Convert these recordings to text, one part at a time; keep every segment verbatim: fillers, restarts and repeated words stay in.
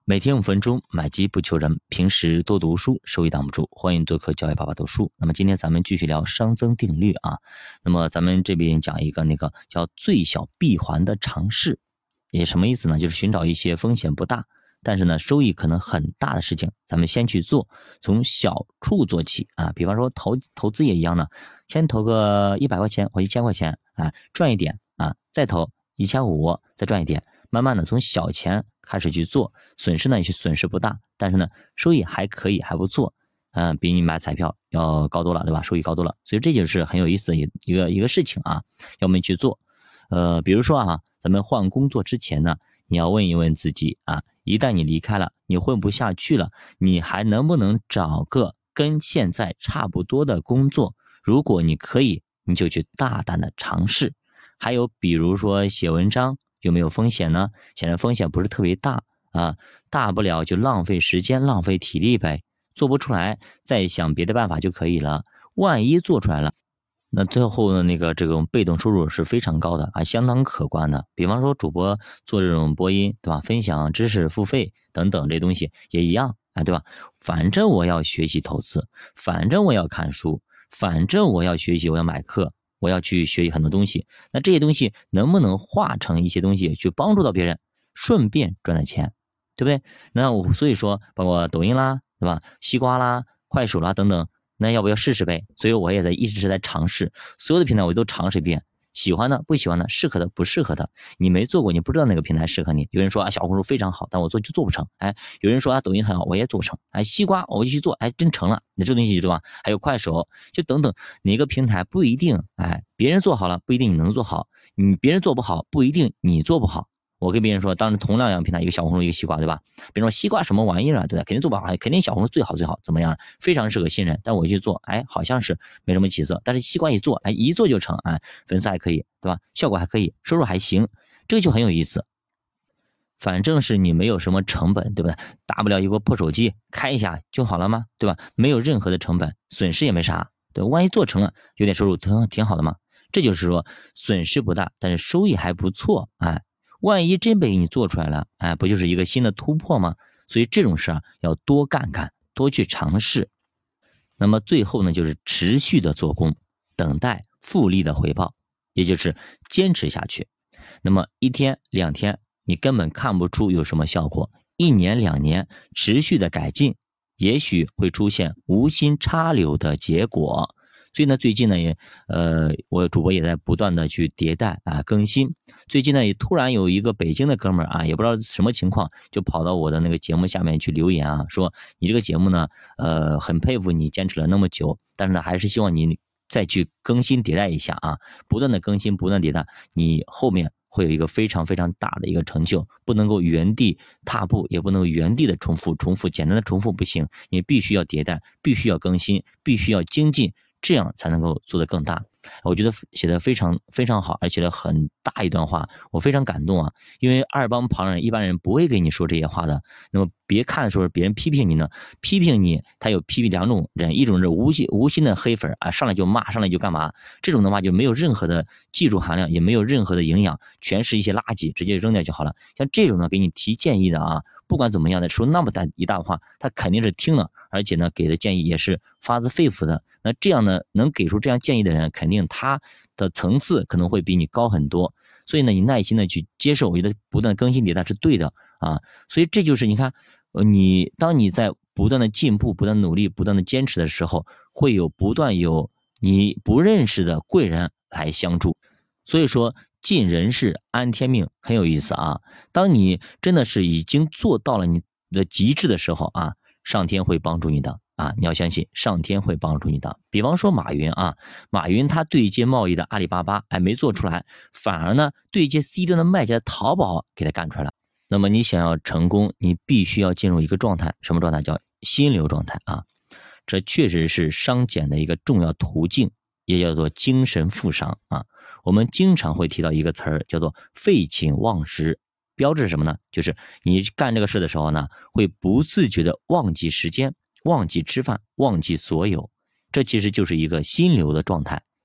每天五分钟，买机不求人。平时多读书，收益挡不住。欢迎做客教育爸爸读书。那么今天咱们继续聊熵增定律啊。那么咱们这边讲一个那个叫最小闭环的尝试，也什么意思呢？就是寻找一些风险不大，但是呢收益可能很大的事情，咱们先去做，从小处做起啊。比方说投投资也一样呢，先投个一百块钱或一千块钱啊，赚一点啊，再投一千五，再赚一点。慢慢的从小钱开始去做，损失呢也许损失不大，但是呢收益还可以，还不错，嗯、呃，比你买彩票要高多了，对吧？收益高多了，所以这就是很有意思的一一个一个事情啊，要我们去做。呃，比如说啊，咱们换工作之前呢，你要问一问自己啊，一旦你离开了，你混不下去了，你还能不能找个跟现在差不多的工作？如果你可以，你就去大胆的尝试。还有比如说写文章。有没有风险呢？显然风险不是特别大啊，大不了就浪费时间浪费体力呗，做不出来再想别的办法就可以了。万一做出来了，那最后的那个这种被动收入是非常高的啊，相当可观的。比方说主播做这种播音，对吧？分享知识付费等等这东西也一样啊，对吧？反正我要学习投资，反正我要看书，反正我要学习，我要买课。我要去学习很多东西，那这些东西能不能化成一些东西去帮助到别人，顺便赚点钱，对不对？那我所以说，包括抖音啦，对吧？西瓜啦、快手啦等等，那要不要试试呗？所以我也在一直是在尝试，所有的平台我都尝试一遍。喜欢的不喜欢的，适合的不适合的，你没做过，你不知道哪个平台适合你。有人说啊，小红书非常好，但我做就做不成。哎，有人说啊，抖音很好，我也做不成。哎，西瓜我就去做，哎，真成了。你这东西对吧？还有快手，就等等，哪个平台不一定，哎，别人做好了不一定你能做好，你别人做不好不一定你做不好。我跟别人说，当然同样样平台，一个小红书一个西瓜，对吧？别人说西瓜什么玩意儿啊，对吧？肯定做不好，肯定小红书最好最好，怎么样？非常适合新人。但我去做，哎，好像是没什么起色，但是西瓜一做，哎，一做就成，哎，粉丝还可以，对吧？效果还可以，收入还行，这个就很有意思。反正是你没有什么成本，对不对？大不了一个破手机开一下就好了吗？对吧？没有任何的成本，损失也没啥，对，万一做成了，有点收入，挺挺好的嘛。这就是说损失不大，但是收益还不错，哎。万一真被你做出来了，哎，不就是一个新的突破吗？所以这种事啊，要多干干，多去尝试。那么最后呢，就是持续的做工，等待复利的回报，也就是坚持下去。那么一天两天，你根本看不出有什么效果，一年两年持续的改进，也许会出现无心插柳的结果。所以呢，最近呢也呃，我主播也在不断的去迭代啊更新。最近呢也突然有一个北京的哥们儿啊，也不知道什么情况，就跑到我的那个节目下面去留言啊，说你这个节目呢，呃，很佩服你坚持了那么久，但是呢还是希望你再去更新迭代一下啊，不断的更新，不断迭代，你后面会有一个非常非常大的一个成就，不能够原地踏步，也不能够原地的重复重复，简单的重复不行，你必须要迭代，必须要更新，必须要精进。这样才能够做得更大。我觉得写得非常非常好，而且很大一段话，我非常感动啊！因为二帮旁人一般人不会跟你说这些话的。那么别看说别人批评你呢，批评你他有批评两种人，一种是无心无心的黑粉啊，上来就骂，上来就干嘛，这种的话就没有任何的技术含量，也没有任何的营养，全是一些垃圾，直接扔掉就好了。像这种呢，给你提建议的啊，不管怎么样的说那么大一大话，他肯定是听了，而且呢给的建议也是发自肺腑的。那这样呢，能给出这样建议的人，肯定他的层次可能会比你高很多。所以呢，你耐心的去接受，我觉得不断更新迭代是对的啊。所以这就是你看，呃，你当你在不断的进步、不断努力、不断的坚持的时候，会有不断有你不认识的贵人来相助。所以说，尽人事安天命很有意思啊。当你真的是已经做到了你的极致的时候啊，上天会帮助你的。啊，你要相信上天会帮助你的。比方说马云啊，马云他对接贸易的阿里巴巴，哎，没做出来，反而呢对接 C 端的卖家的淘宝给他干出来了。那么你想要成功，你必须要进入一个状态，什么状态？叫心流状态啊。这确实是商减的一个重要途径，也叫做精神富商啊。我们经常会提到一个词儿，叫做废寝忘食。标志是什么呢？就是你干这个事的时候呢，会不自觉的忘记时间。忘记吃饭，忘记所有，这其实就是一个心流的状态。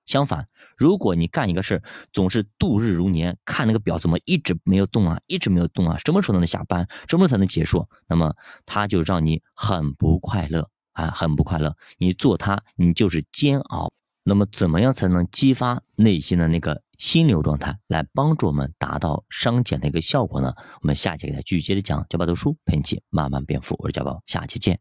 相反，如果你干一个事总是度日如年，看那个表怎么一直没有动啊，一直没有动啊，什么时候能下班，什么时候才能结束，那么它就让你很不快乐啊，很不快乐。你做它，你就是煎熬。那么怎么样才能激发内心的那个心流状态，来帮助我们达到商减的一个效果呢？我们下期给大家继续接着讲，教宝读书陪你一起慢慢变富，我是教宝，下期见。